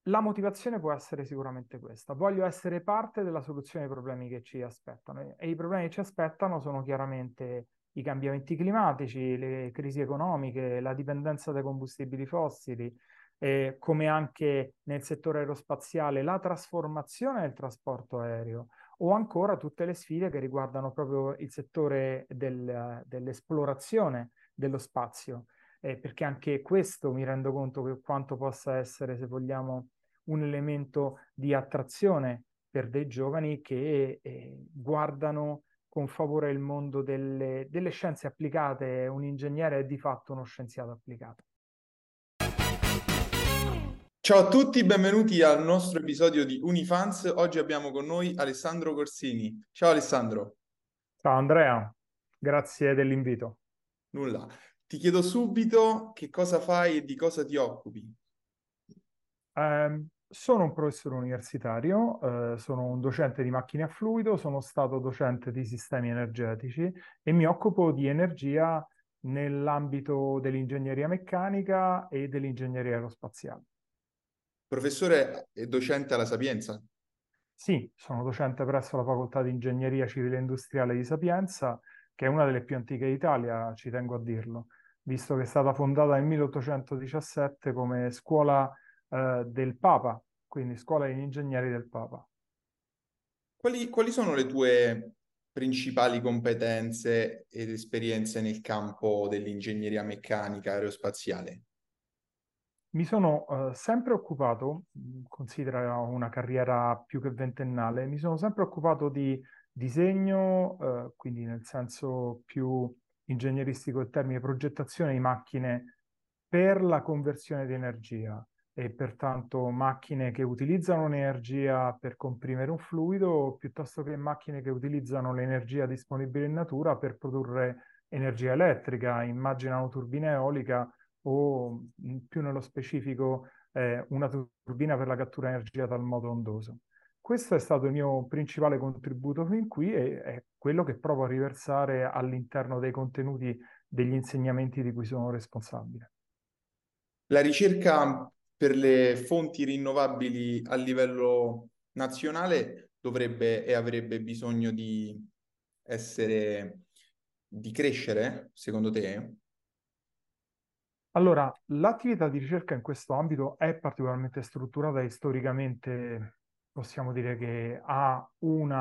La motivazione può essere sicuramente questa. Voglio essere parte della soluzione ai problemi che ci aspettano. E i problemi che ci aspettano sono chiaramente i cambiamenti climatici, le crisi economiche, la dipendenza dai combustibili fossili, come anche nel settore aerospaziale la trasformazione del trasporto aereo, o ancora tutte le sfide che riguardano proprio il settore dell'esplorazione dello spazio. Perché anche questo mi rendo conto che quanto possa essere, se vogliamo, un elemento di attrazione per dei giovani che guardano con favore il mondo delle scienze applicate. Un ingegnere è di fatto uno scienziato applicato. Ciao a tutti, benvenuti al nostro episodio di Unifans. Oggi abbiamo con noi Alessandro Corsini. Ciao Alessandro. Ciao Andrea, grazie dell'invito. Nulla. Ti chiedo subito che cosa fai e di cosa ti occupi. Sono un professore universitario, sono un docente di macchine a fluido, sono stato docente di sistemi energetici e mi occupo di energia nell'ambito dell'ingegneria meccanica e dell'ingegneria aerospaziale. Professore e docente alla Sapienza. Sì, sono docente presso la Facoltà di Ingegneria Civile e Industriale di Sapienza, che è una delle più antiche d'Italia, ci tengo a dirlo, visto che è stata fondata nel 1817 come scuola del Papa, quindi scuola degli ingegneri del Papa. Quali sono le tue principali competenze ed esperienze nel campo dell'ingegneria meccanica aerospaziale? Mi sono sempre occupato, considera una carriera più che ventennale, mi sono sempre occupato di disegno, quindi nel senso più ingegneristico del termine, progettazione di macchine per la conversione di energia e pertanto macchine che utilizzano l'energia per comprimere un fluido piuttosto che macchine che utilizzano l'energia disponibile in natura per produrre energia elettrica, immaginano turbina eolica o più nello specifico una turbina per la cattura energia dal moto ondoso. Questo è stato il mio principale contributo fin qui e è quello che provo a riversare all'interno dei contenuti degli insegnamenti di cui sono responsabile. La ricerca per le fonti rinnovabili a livello nazionale dovrebbe e avrebbe bisogno essere, di crescere, secondo te? Allora, l'attività di ricerca in questo ambito è particolarmente strutturata e storicamente possiamo dire che ha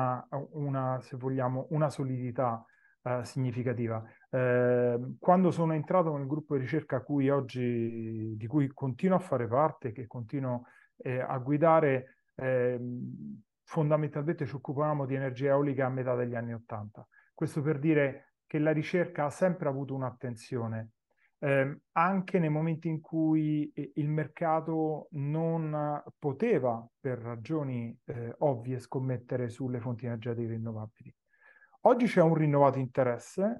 se vogliamo, una solidità significativa. Quando sono entrato nel gruppo di ricerca di cui continuo a fare parte, che continuo a guidare, fondamentalmente ci occupavamo di energia eolica a metà degli anni Ottanta. Questo per dire che la ricerca ha sempre avuto un'attenzione anche nei momenti in cui il mercato non poteva, per ragioni ovvie, scommettere sulle fonti energetiche rinnovabili. Oggi c'è un rinnovato interesse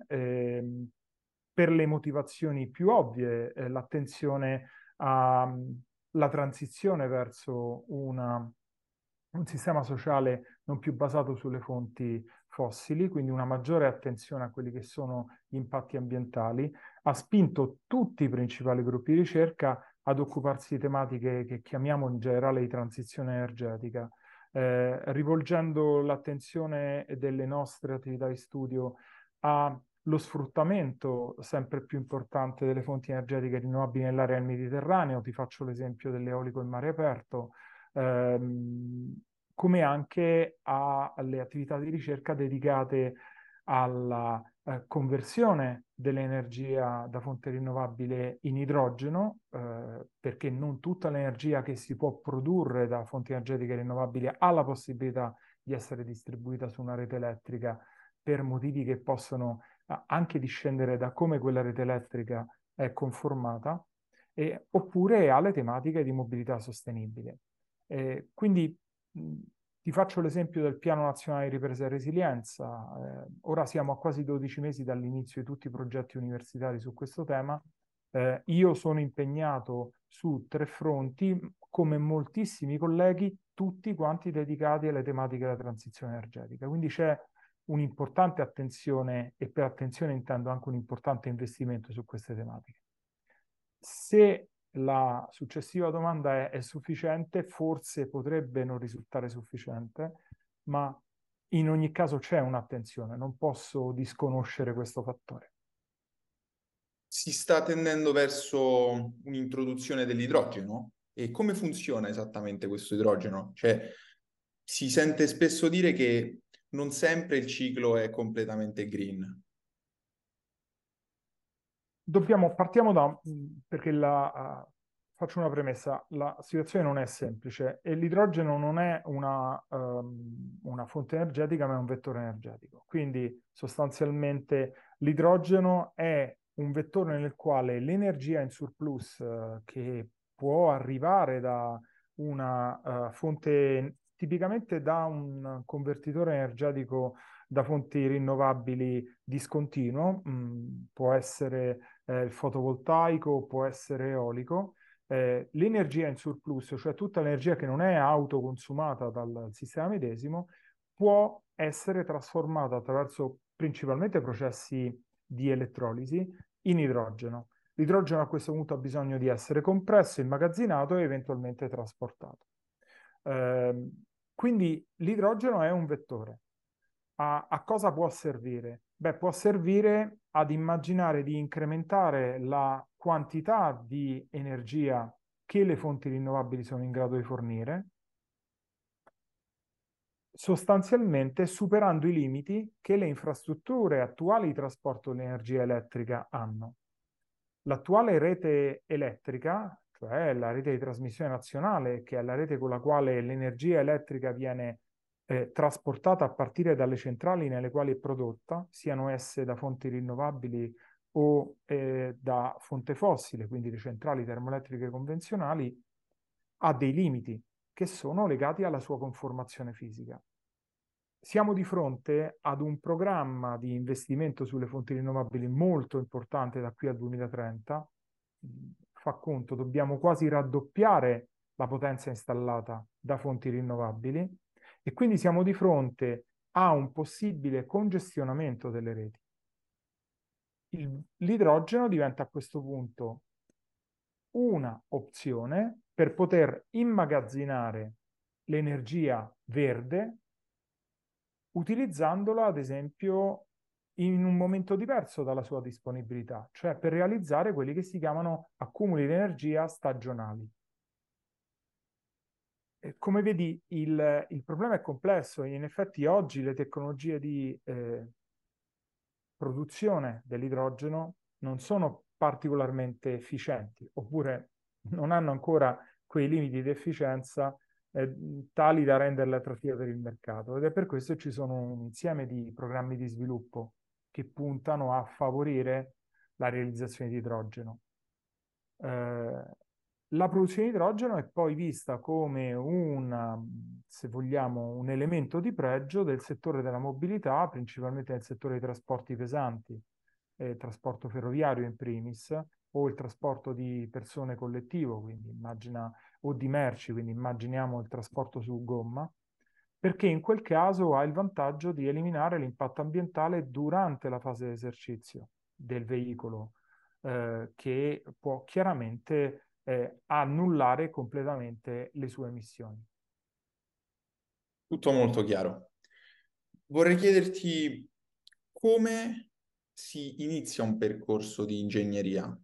per le motivazioni più ovvie, l'attenzione alla transizione verso un sistema sociale non più basato sulle fonti fossili, quindi una maggiore attenzione a quelli che sono gli impatti ambientali, ha spinto tutti i principali gruppi di ricerca ad occuparsi di tematiche che chiamiamo in generale di transizione energetica, rivolgendo l'attenzione delle nostre attività di studio allo sfruttamento sempre più importante delle fonti energetiche rinnovabili nell'area del Mediterraneo. Ti faccio l'esempio dell'eolico in mare aperto, come anche alle attività di ricerca dedicate alla conversione dell'energia da fonte rinnovabile in idrogeno, perché non tutta l'energia che si può produrre da fonti energetiche rinnovabili ha la possibilità di essere distribuita su una rete elettrica per motivi che possono anche discendere da come quella rete elettrica è conformata, oppure alle tematiche di mobilità sostenibile. Quindi ti faccio l'esempio del Piano Nazionale di Ripresa e Resilienza. Ora siamo a quasi 12 mesi dall'inizio di tutti i progetti universitari su questo tema. Io sono impegnato su 3 fronti, come moltissimi colleghi, tutti quanti dedicati alle tematiche della transizione energetica. Quindi c'è un'importante attenzione, e per attenzione intendo anche un importante investimento su queste tematiche. Se la successiva domanda è sufficiente? Forse potrebbe non risultare sufficiente, ma in ogni caso c'è un'attenzione, non posso disconoscere questo fattore. Si sta tendendo verso un'introduzione dell'idrogeno? E come funziona esattamente questo idrogeno? Cioè, si sente spesso dire che non sempre il ciclo è completamente green. Partiamo da, perché faccio una premessa, la situazione non è semplice e l'idrogeno non è una fonte energetica, ma è un vettore energetico. Quindi sostanzialmente l'idrogeno è un vettore nel quale l'energia in surplus, che può arrivare da una fonte, tipicamente da un convertitore energetico da fonti rinnovabili discontinuo, può essere il fotovoltaico, può essere eolico. L'energia in surplus, cioè tutta l'energia che non è autoconsumata dal sistema medesimo, può essere trasformata attraverso principalmente processi di elettrolisi in idrogeno. L'idrogeno a questo punto ha bisogno di essere compresso, immagazzinato e eventualmente trasportato. Eh, quindi l'idrogeno è un vettore. A cosa può servire? Beh, può servire ad immaginare di incrementare la quantità di energia che le fonti rinnovabili sono in grado di fornire, sostanzialmente superando i limiti che le infrastrutture attuali di trasporto dell'energia elettrica hanno. L'attuale rete elettrica, cioè la rete di trasmissione nazionale, che è la rete con la quale l'energia elettrica viene trasportata a partire dalle centrali nelle quali è prodotta, siano esse da fonti rinnovabili o da fonte fossile, quindi le centrali termoelettriche convenzionali, ha dei limiti che sono legati alla sua conformazione fisica. Siamo di fronte ad un programma di investimento sulle fonti rinnovabili molto importante da qui al 2030. Fa conto, dobbiamo quasi raddoppiare la potenza installata da fonti rinnovabili e quindi siamo di fronte a un possibile congestionamento delle reti. L'idrogeno diventa a questo punto una opzione per poter immagazzinare l'energia verde utilizzandola, ad esempio, in un momento diverso dalla sua disponibilità, cioè per realizzare quelli che si chiamano accumuli di energia stagionali. Come vedi, il problema è complesso e in effetti oggi le tecnologie di produzione dell'idrogeno non sono particolarmente efficienti, oppure non hanno ancora quei limiti di efficienza tali da renderle attrattive per il mercato. Ed è per questo che ci sono un insieme di programmi di sviluppo che puntano a favorire la realizzazione di idrogeno. La produzione di idrogeno è poi vista come se vogliamo, un elemento di pregio del settore della mobilità, principalmente nel settore dei trasporti pesanti, trasporto ferroviario in primis, o il trasporto di persone collettivo, quindi o di merci, quindi immaginiamo il trasporto su gomma, perché in quel caso ha il vantaggio di eliminare l'impatto ambientale durante la fase di esercizio del veicolo, che può chiaramente annullare completamente le sue emissioni. Tutto molto chiaro. Vorrei chiederti come si inizia un percorso di ingegneria.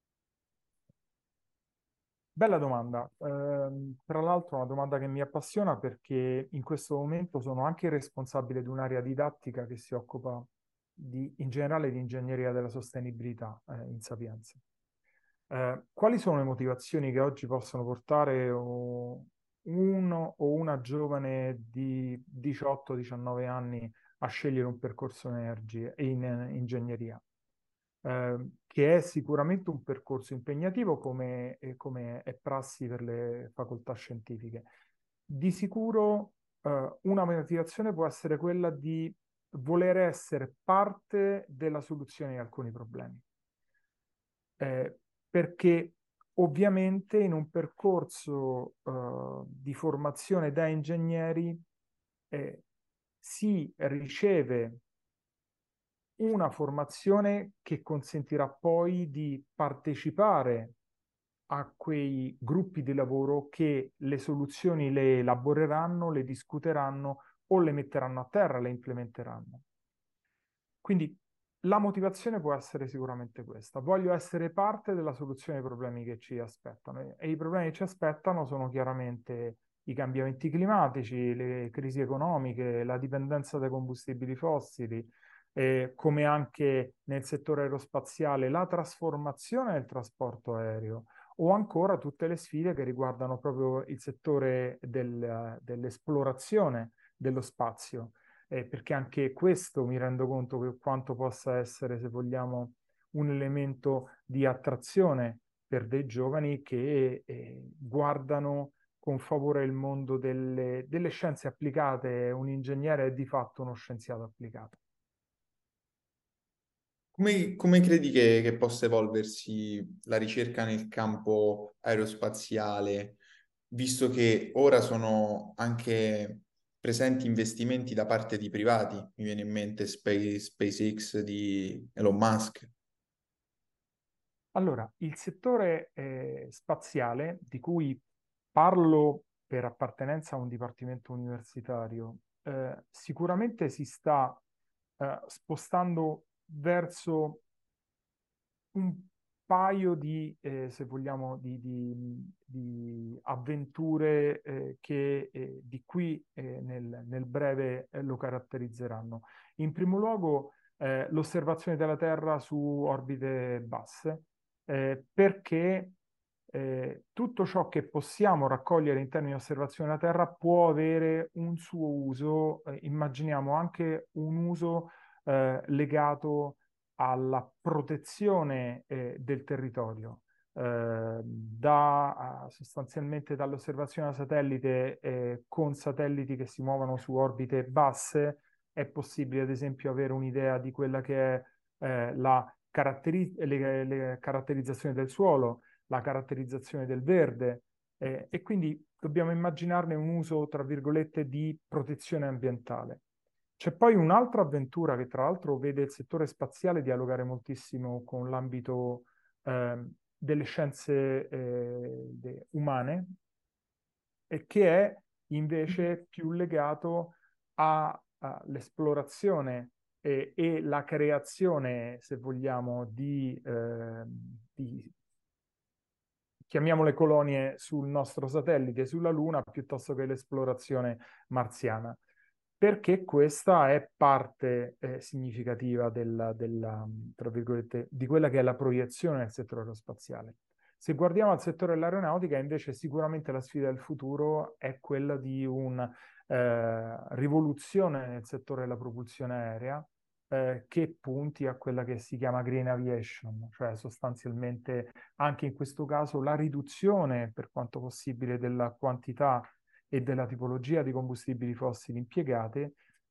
Bella domanda. Tra l'altro è una domanda che mi appassiona perché in questo momento sono anche responsabile di un'area didattica che si occupa in generale di ingegneria della sostenibilità in Sapienza. Quali sono le motivazioni che oggi possono portare uno o una giovane di 18-19 anni a scegliere un percorso in ingegneria? Che è sicuramente un percorso impegnativo come è prassi per le facoltà scientifiche. Di sicuro una motivazione può essere quella di voler essere parte della soluzione di alcuni problemi. Perché ovviamente in un percorso di formazione da ingegneri si riceve una formazione che consentirà poi di partecipare a quei gruppi di lavoro che le soluzioni le elaboreranno, le discuteranno o le metteranno a terra, le implementeranno. Quindi la motivazione può essere sicuramente questa. Voglio essere parte della soluzione ai problemi che ci aspettano. E i problemi che ci aspettano sono chiaramente i cambiamenti climatici, le crisi economiche, la dipendenza dai combustibili fossili, come anche nel settore aerospaziale la trasformazione del trasporto aereo o ancora tutte le sfide che riguardano proprio il settore dell'esplorazione dello spazio, perché anche questo mi rendo conto che quanto possa essere, se vogliamo, un elemento di attrazione per dei giovani che guardano con favore il mondo delle scienze applicate. Un ingegnere è di fatto uno scienziato applicato. Come credi che possa evolversi la ricerca nel campo aerospaziale, visto che ora sono anche presenti investimenti da parte di privati? Mi viene in mente SpaceX di Elon Musk. Allora, il settore spaziale, di cui parlo per appartenenza a un dipartimento universitario, sicuramente si sta spostando verso un paio di, se vogliamo, di avventure che di qui nel breve lo caratterizzeranno. In primo luogo, l'osservazione della Terra su orbite basse, perché tutto ciò che possiamo raccogliere in termini di osservazione della Terra può avere un suo uso, immaginiamo anche un uso legato alla protezione del territorio, sostanzialmente dall'osservazione a satellite con satelliti che si muovono su orbite basse. È possibile, ad esempio, avere un'idea di quella che è le caratterizzazioni del suolo, la caratterizzazione del verde, e quindi dobbiamo immaginarne un uso, tra virgolette, di protezione ambientale. C'è poi un'altra avventura che tra l'altro vede il settore spaziale dialogare moltissimo con l'ambito delle scienze umane, e che è invece più legato all'esplorazione e la creazione, se vogliamo, di chiamiamole colonie sul nostro satellite, sulla Luna, piuttosto che l'esplorazione marziana, perché questa è parte significativa tra virgolette, di quella che è la proiezione nel settore aerospaziale. Se guardiamo al settore dell'aeronautica, invece, sicuramente la sfida del futuro è quella di una rivoluzione nel settore della propulsione aerea, che punti a quella che si chiama green aviation, cioè sostanzialmente anche in questo caso la riduzione per quanto possibile della quantità e della tipologia di combustibili fossili impiegate,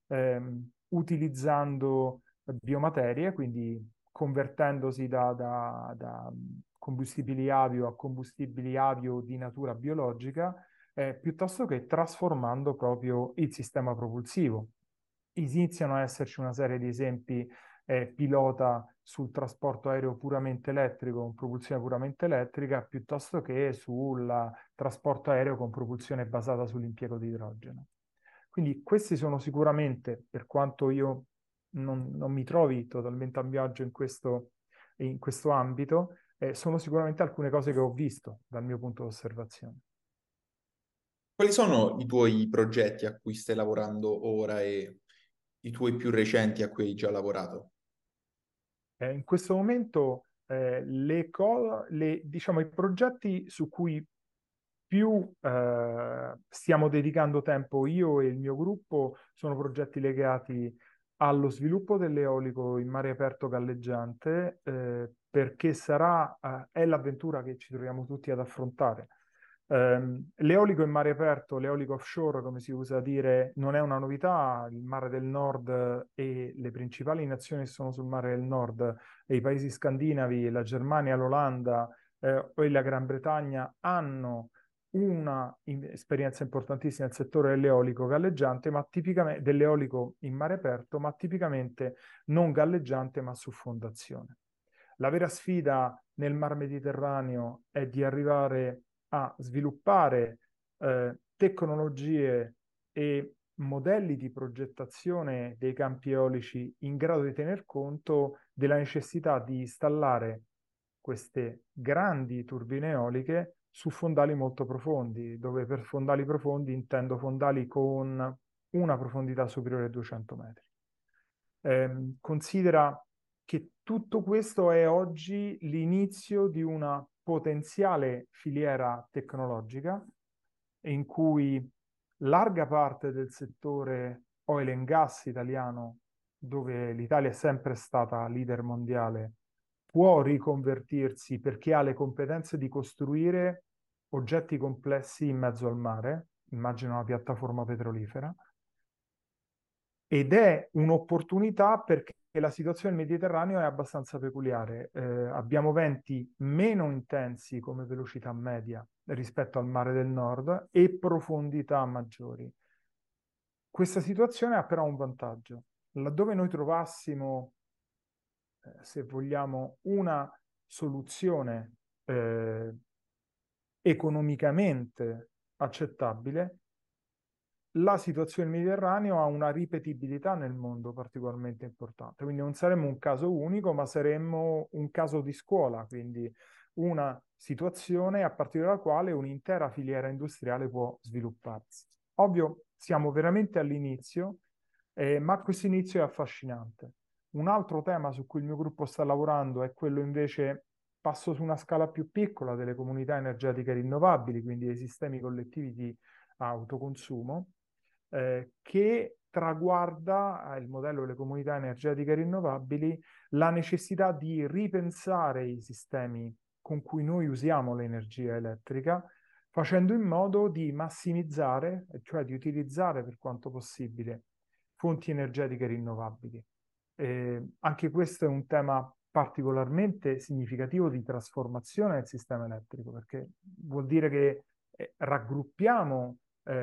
utilizzando biomaterie, quindi convertendosi da combustibili avio a combustibili avio di natura biologica, piuttosto che trasformando proprio il sistema propulsivo. Iniziano a esserci una serie di esempi pilota sul trasporto aereo puramente elettrico, con propulsione puramente elettrica, piuttosto che sul trasporto aereo con propulsione basata sull'impiego di idrogeno. Quindi questi sono sicuramente, per quanto io non mi trovi totalmente a mio agio in questo ambito, sono sicuramente alcune cose che ho visto dal mio punto di osservazione. Quali sono i tuoi progetti a cui stai lavorando ora e i tuoi più recenti a cui hai già lavorato? In questo momento diciamo, i progetti su cui più stiamo dedicando tempo io e il mio gruppo sono progetti legati allo sviluppo dell'eolico in mare aperto galleggiante, perché è l'avventura che ci troviamo tutti ad affrontare. L'eolico in mare aperto, l'eolico offshore, come si usa dire, non è una novità. Il mare del nord e le principali nazioni che sono sul mare del nord, e i paesi scandinavi, la Germania, l'Olanda e la Gran Bretagna, hanno una esperienza importantissima nel settore dell'eolico galleggiante, ma tipicamente dell'eolico in mare aperto, ma tipicamente non galleggiante, ma su fondazione. La vera sfida nel Mar Mediterraneo è di arrivare a sviluppare tecnologie e modelli di progettazione dei campi eolici in grado di tener conto della necessità di installare queste grandi turbine eoliche su fondali molto profondi, dove per fondali profondi intendo fondali con una profondità superiore ai 200 metri. Considera che tutto questo è oggi l'inizio di una potenziale filiera tecnologica in cui larga parte del settore oil and gas italiano, dove l'Italia è sempre stata leader mondiale, può riconvertirsi perché ha le competenze di costruire oggetti complessi in mezzo al mare, immagino una piattaforma petrolifera, ed è un'opportunità perché la situazione del Mediterraneo è abbastanza peculiare. Abbiamo venti meno intensi come velocità media rispetto al mare del nord e profondità maggiori. Questa situazione ha però un vantaggio. Laddove noi trovassimo, se vogliamo, una soluzione economicamente accettabile, la situazione del Mediterraneo ha una ripetibilità nel mondo particolarmente importante. Quindi non saremmo un caso unico, ma saremmo un caso di scuola, quindi una situazione a partire dalla quale un'intera filiera industriale può svilupparsi. Ovvio, siamo veramente all'inizio, ma questo inizio è affascinante. Un altro tema su cui il mio gruppo sta lavorando è quello invece, passo su una scala più piccola, delle comunità energetiche rinnovabili, quindi dei sistemi collettivi di autoconsumo, che traguarda il modello delle comunità energetiche rinnovabili la necessità di ripensare i sistemi con cui noi usiamo l'energia elettrica, facendo in modo di massimizzare, cioè di utilizzare per quanto possibile fonti energetiche rinnovabili. Anche questo è un tema particolarmente significativo di trasformazione del sistema elettrico, perché vuol dire che raggruppiamo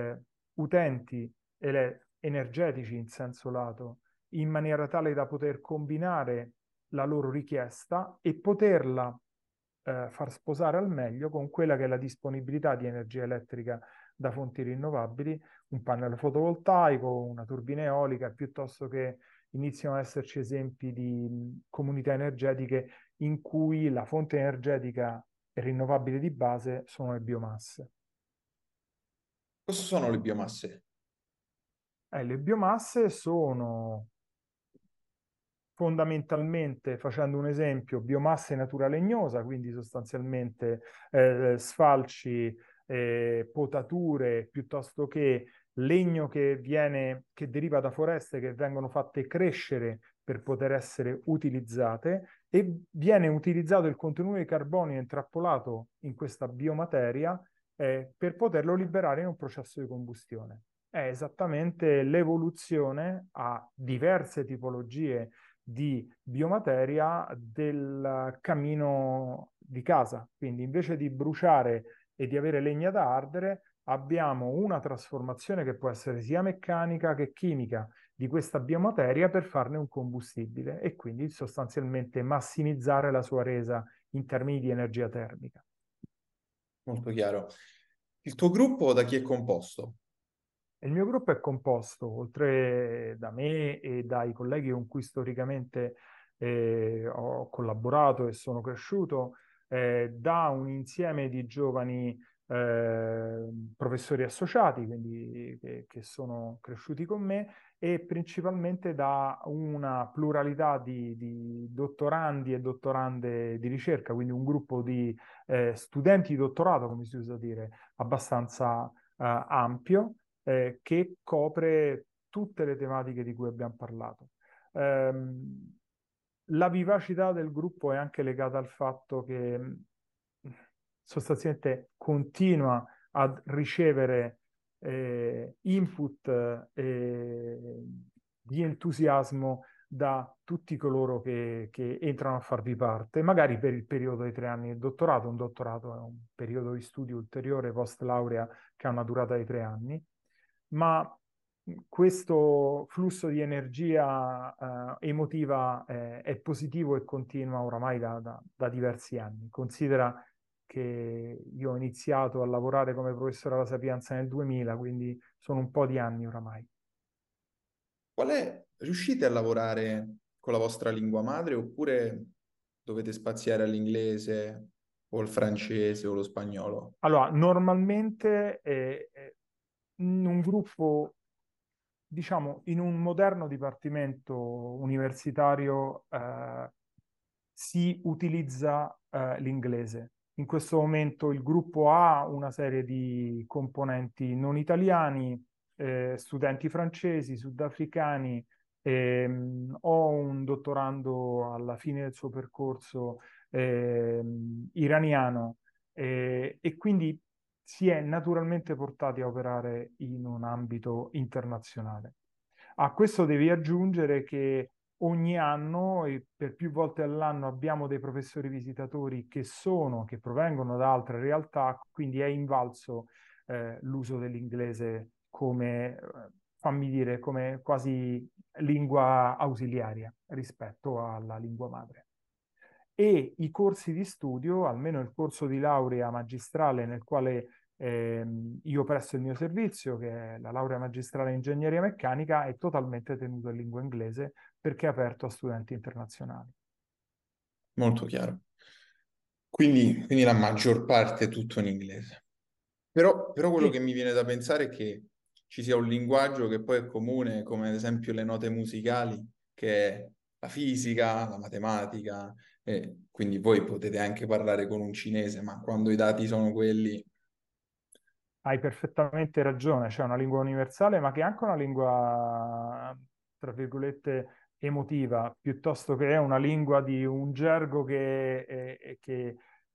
utenti energetici in senso lato in maniera tale da poter combinare la loro richiesta e poterla far sposare al meglio con quella che è la disponibilità di energia elettrica da fonti rinnovabili, un pannello fotovoltaico, una turbina eolica, piuttosto che iniziano ad esserci esempi di comunità energetiche in cui la fonte energetica rinnovabile di base sono le biomasse. Cosa sono le biomasse? Le biomasse sono fondamentalmente, facendo un esempio, biomasse natura legnosa, quindi sostanzialmente sfalci, potature, piuttosto che legno che deriva da foreste che vengono fatte crescere per poter essere utilizzate e viene utilizzato il contenuto di carbonio intrappolato in questa biomateria per poterlo liberare in un processo di combustione. È esattamente l'evoluzione a diverse tipologie di biomateria del camino di casa. Quindi invece di bruciare e di avere legna da ardere, abbiamo una trasformazione che può essere sia meccanica che chimica di questa biomateria per farne un combustibile e quindi sostanzialmente massimizzare la sua resa in termini di energia termica. Molto chiaro. Il tuo gruppo da chi è composto? Il mio gruppo è composto, oltre da me e dai colleghi con cui storicamente ho collaborato e sono cresciuto, da un insieme di giovani professori associati, quindi che sono cresciuti con me, e principalmente da una pluralità di dottorandi e dottorande di ricerca, quindi un gruppo di studenti di dottorato, come si usa dire, abbastanza ampio che copre tutte le tematiche di cui abbiamo parlato. La vivacità del gruppo è anche legata al fatto che sostanzialmente continua a ricevere input di entusiasmo da tutti coloro che entrano a farvi parte, magari per il periodo di 3 anni di dottorato. Un dottorato è un periodo di studio ulteriore post laurea che ha una durata di 3 anni, ma questo flusso di energia emotiva è positivo e continua oramai da diversi anni. Considera che io ho iniziato a lavorare come professore alla Sapienza nel 2000, quindi sono un po' di anni oramai. Riuscite a lavorare con la vostra lingua madre oppure dovete spaziare all'inglese o al francese o lo spagnolo? Allora, normalmente in un gruppo, diciamo, in un moderno dipartimento universitario si utilizza l'inglese. In questo momento il gruppo ha una serie di componenti non italiani, studenti francesi, sudafricani, ho un dottorando alla fine del suo percorso iraniano e quindi si è naturalmente portati a operare in un ambito internazionale. A questo devi aggiungere che ogni anno e per più volte all'anno abbiamo dei professori visitatori che provengono da altre realtà, quindi è invalso l'uso dell'inglese come, fammi dire, come quasi lingua ausiliaria rispetto alla lingua madre. E i corsi di studio, almeno il corso di laurea magistrale nel quale io presto il mio servizio, che è la laurea magistrale in ingegneria meccanica, è totalmente tenuto in lingua inglese perché è aperto a studenti internazionali. Molto chiaro. Quindi la maggior parte è tutto in inglese. Però quello che Sì, mi viene da pensare è che ci sia un linguaggio che poi è comune, come ad esempio le note musicali, che è la fisica, la matematica, e quindi voi potete anche parlare con un cinese, ma quando i dati sono quelli, hai perfettamente ragione, c'è una lingua universale, ma che è anche una lingua, tra virgolette, emotiva, piuttosto che una lingua di un gergo che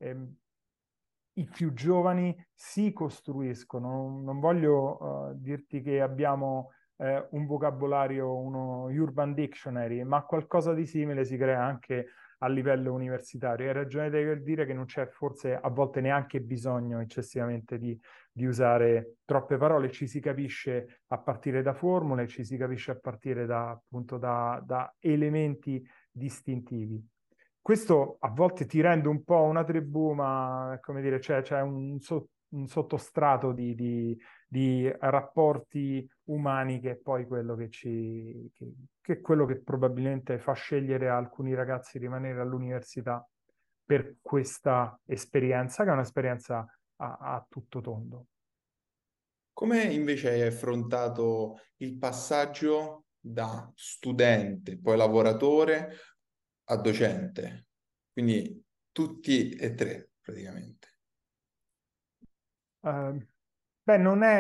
i più giovani si costruiscono. Non voglio dirti che abbiamo un vocabolario, uno Urban Dictionary, ma qualcosa di simile si crea anche a livello universitario. Hai ragione di dire che non c'è forse a volte neanche bisogno eccessivamente di usare troppe parole, ci si capisce a partire da formule, ci si capisce a partire da, appunto, da elementi distintivi. Questo a volte ti rende un po' una tribù, ma come dire, c'è un sottostrato di rapporti umani che è poi quello che è quello che probabilmente fa scegliere a alcuni ragazzi di rimanere all'università per questa esperienza, che è un'esperienza a tutto tondo. come invece hai affrontato il passaggio da studente, poi lavoratore, a docente? Quindi tutti e tre praticamente. Eh, beh,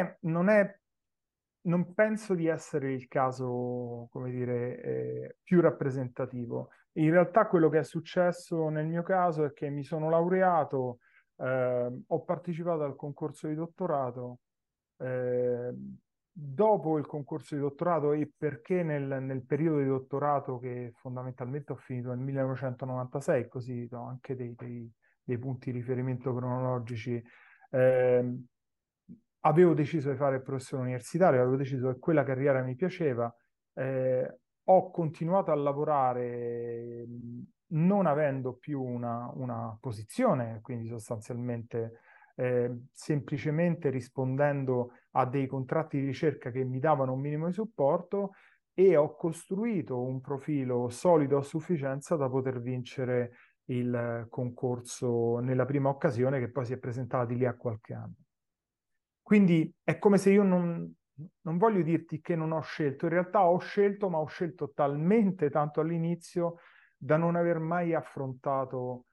non penso di essere il caso, come dire, più rappresentativo. In realtà quello che è successo nel mio caso è che mi sono laureato, ho partecipato al concorso di dottorato, eh, dopo il concorso di dottorato e perché nel periodo di dottorato che fondamentalmente ho finito nel 1996, così do anche dei punti di riferimento cronologici, ehm, avevo deciso di fare il professore universitario, avevo deciso che quella carriera mi piaceva, ho continuato a lavorare non avendo più una posizione, quindi sostanzialmente semplicemente rispondendo a dei contratti di ricerca che mi davano un minimo di supporto e ho costruito un profilo solido a sufficienza da poter vincere il concorso nella prima occasione che poi si è presentata di lì a qualche anno. Quindi è come se io non voglio dirti che non ho scelto, in realtà ho scelto, ma ho scelto talmente tanto all'inizio da non aver mai affrontato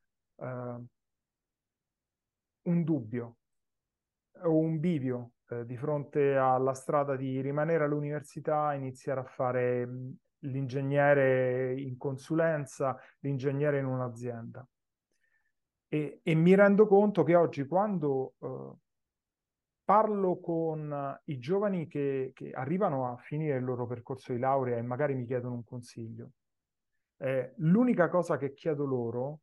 un dubbio o un bivio di fronte alla strada di rimanere all'università, iniziare a fare l'ingegnere in consulenza, l'ingegnere in un'azienda. E mi rendo conto che oggi quando parlo con i giovani che arrivano a finire il loro percorso di laurea e magari mi chiedono un consiglio. L'unica cosa che chiedo loro,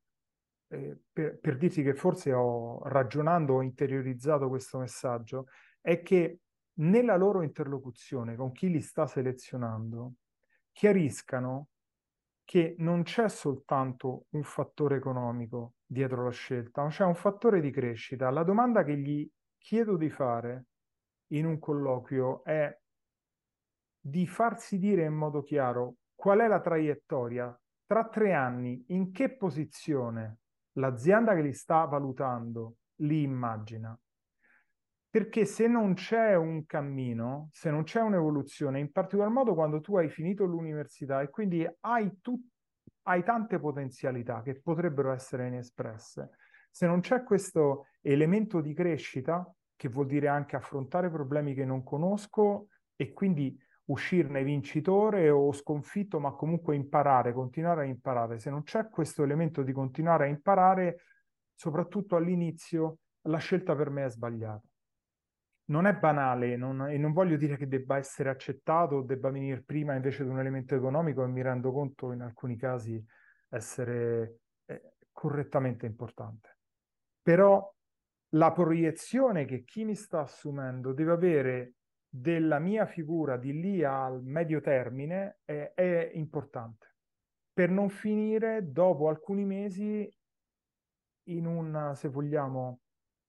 dirti che forse ho ragionando, ho interiorizzato questo messaggio, è che nella loro interlocuzione con chi li sta selezionando, chiariscano che non c'è soltanto un fattore economico dietro la scelta, ma c'è un fattore di crescita. La domanda che gli chiedo di fare in un colloquio è di farsi dire in modo chiaro qual è la traiettoria tra 3 anni, in che posizione l'azienda che li sta valutando li immagina. Perché se non c'è un cammino, se non c'è un'evoluzione, in particolar modo quando tu hai finito l'università e quindi hai tante potenzialità che potrebbero essere inespresse, se non c'è questo elemento di crescita, che vuol dire anche affrontare problemi che non conosco e quindi uscirne vincitore o sconfitto, ma comunque imparare, continuare a imparare. Se non c'è questo elemento di continuare a imparare, soprattutto all'inizio, la scelta per me è sbagliata. Non è banale e non voglio dire che debba essere accettato o debba venire prima invece di un elemento economico e mi rendo conto in alcuni casi essere correttamente importante. Però la proiezione che chi mi sta assumendo deve avere della mia figura di lì al medio termine è importante per non finire dopo alcuni mesi in un, se vogliamo,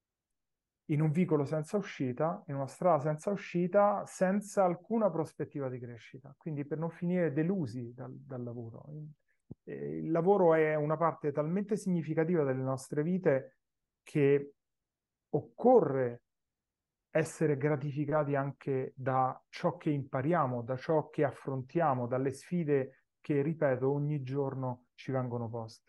in un vicolo senza uscita, in una strada senza uscita, senza alcuna prospettiva di crescita. Quindi per non finire delusi dal lavoro. Il lavoro è una parte talmente significativa delle nostre vite che occorre essere gratificati anche da ciò che impariamo, da ciò che affrontiamo, dalle sfide che, ripeto, ogni giorno ci vengono poste.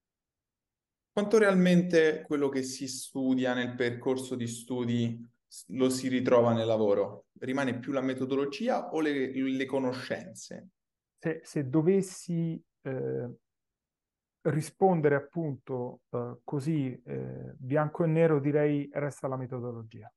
Quanto realmente quello che si studia nel percorso di studi lo si ritrova nel lavoro? Rimane più la metodologia o le conoscenze? Se dovessi rispondere appunto così bianco e nero, direi resta la metodologia.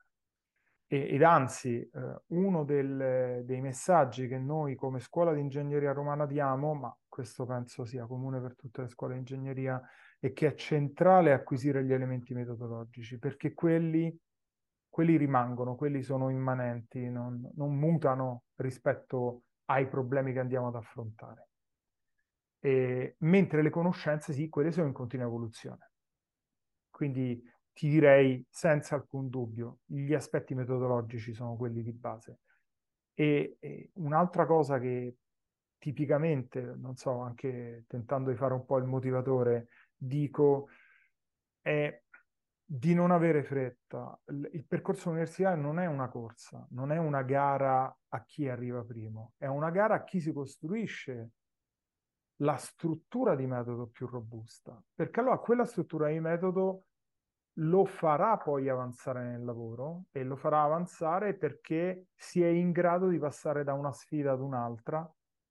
Ed anzi, uno dei messaggi che noi come scuola di ingegneria romana diamo, ma questo penso sia comune per tutte le scuole di ingegneria, è che è centrale acquisire gli elementi metodologici, perché quelli rimangono, quelli sono immanenti, non mutano rispetto ai problemi che andiamo ad affrontare. Mentre le conoscenze, sì, quelle sono in continua evoluzione. Quindi ti direi senza alcun dubbio, gli aspetti metodologici sono quelli di base. E un'altra cosa che tipicamente, non so, anche tentando di fare un po' il motivatore, dico è di non avere fretta. Il percorso universitario non è una corsa, non è una gara a chi arriva primo, è una gara a chi si costruisce la struttura di metodo più robusta, perché allora quella struttura di metodo lo farà poi avanzare nel lavoro e lo farà avanzare perché si è in grado di passare da una sfida ad un'altra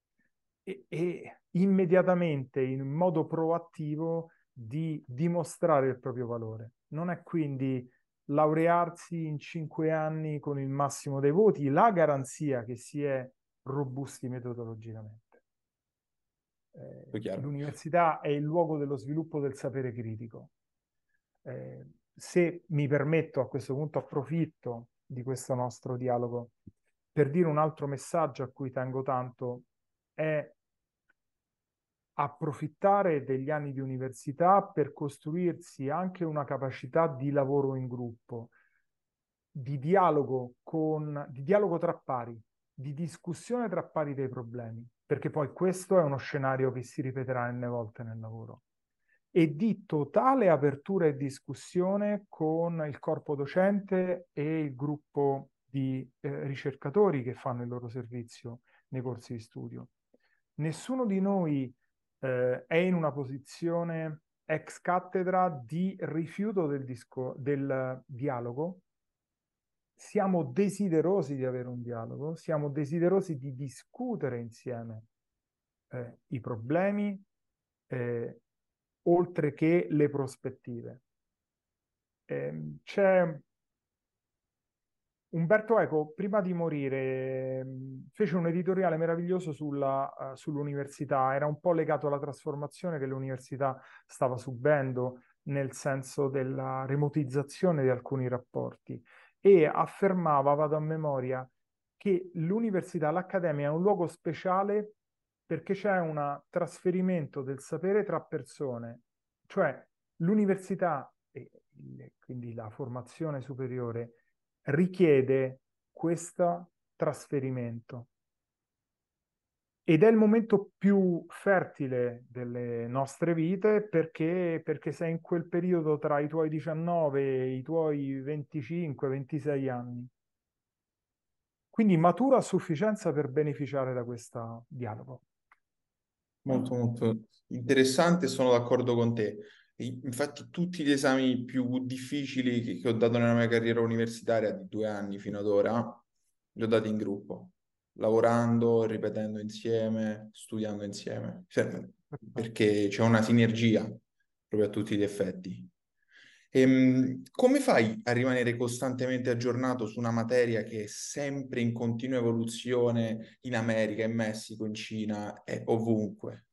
e immediatamente, in modo proattivo, di dimostrare il proprio valore. Non è quindi laurearsi in 5 anni con il massimo dei voti la garanzia che si è robusti metodologicamente. È chiaro. L'università è il luogo dello sviluppo del sapere critico. Se mi permetto, a questo punto approfitto di questo nostro dialogo per dire un altro messaggio a cui tengo tanto, è approfittare degli anni di università per costruirsi anche una capacità di lavoro in gruppo, di dialogo tra pari, di discussione tra pari dei problemi, perché poi questo è uno scenario che si ripeterà n volte nel lavoro, e di totale apertura e discussione con il corpo docente e il gruppo di ricercatori che fanno il loro servizio nei corsi di studio. Nessuno di noi è in una posizione ex cattedra di rifiuto del dialogo. Siamo desiderosi di avere un dialogo, siamo desiderosi di discutere insieme i problemi, eh, oltre che le prospettive. C'è Umberto Eco, prima di morire, fece un editoriale meraviglioso sull'università. Era un po' legato alla trasformazione che l'università stava subendo nel senso della remotizzazione di alcuni rapporti. e affermava, vado a memoria, che l'università, l'accademia è un luogo speciale perché c'è un trasferimento del sapere tra persone, cioè l'università e quindi la formazione superiore richiede questo trasferimento. Ed è il momento più fertile delle nostre vite perché sei in quel periodo tra i tuoi 19 e i tuoi 25-26 anni. Quindi matura a sufficienza per beneficiare da questo dialogo. Molto, molto interessante, sono d'accordo con te. Infatti tutti gli esami più difficili che ho dato nella mia carriera universitaria di 2 anni fino ad ora, li ho dati in gruppo, lavorando, ripetendo insieme, studiando insieme, cioè, Perfetto. perché c'è una sinergia proprio a tutti gli effetti. Come fai a rimanere costantemente aggiornato su una materia che è sempre in continua evoluzione in America, in Messico, in Cina e ovunque?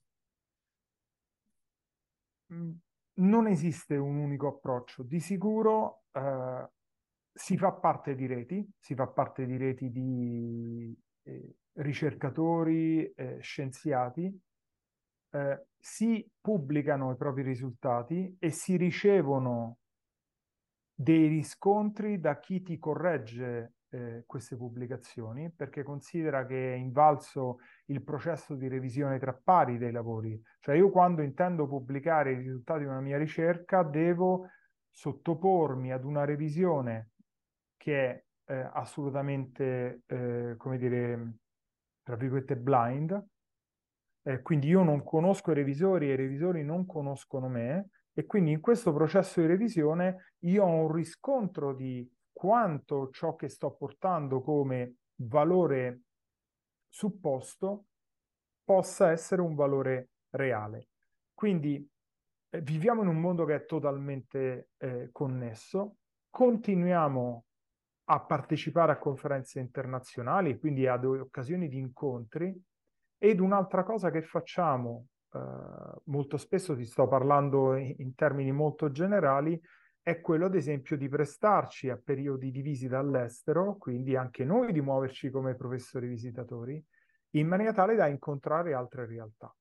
Mm, Non esiste un unico approccio. Di sicuro si fa parte di reti, si fa parte di reti di ricercatori, scienziati, si pubblicano i propri risultati e si ricevono dei riscontri da chi ti corregge queste pubblicazioni, perché considera che è invalso il processo di revisione tra pari dei lavori. Cioè io quando intendo pubblicare i risultati di una mia ricerca devo sottopormi ad una revisione che è assolutamente, come dire, tra virgolette, blind, quindi io non conosco i revisori e i revisori non conoscono me e quindi in questo processo di revisione io ho un riscontro di quanto ciò che sto portando come valore supposto possa essere un valore reale. Quindi viviamo in un mondo che è totalmente connesso, continuiamo a partecipare a conferenze internazionali, quindi ad occasioni di incontri. Ed un'altra cosa che facciamo, molto spesso ti sto parlando in termini molto generali, è quello ad esempio di prestarci a periodi di visita all'estero, quindi anche noi di muoverci come professori visitatori, in maniera tale da incontrare altre realtà.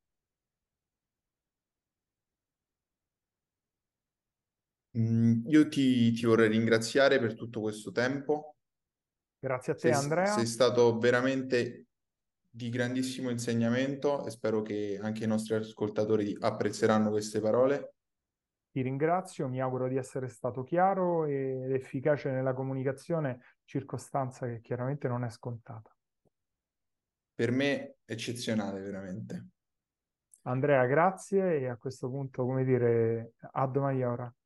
Io ti vorrei ringraziare per tutto questo tempo. Grazie a te, Sei Andrea. stato veramente di grandissimo insegnamento e spero che anche i nostri ascoltatori apprezzeranno queste parole. Ti ringrazio, mi auguro di essere stato chiaro ed efficace nella comunicazione, circostanza che chiaramente non è scontata. Per me eccezionale, veramente. Andrea, grazie e a questo punto, come dire, ad Maiora.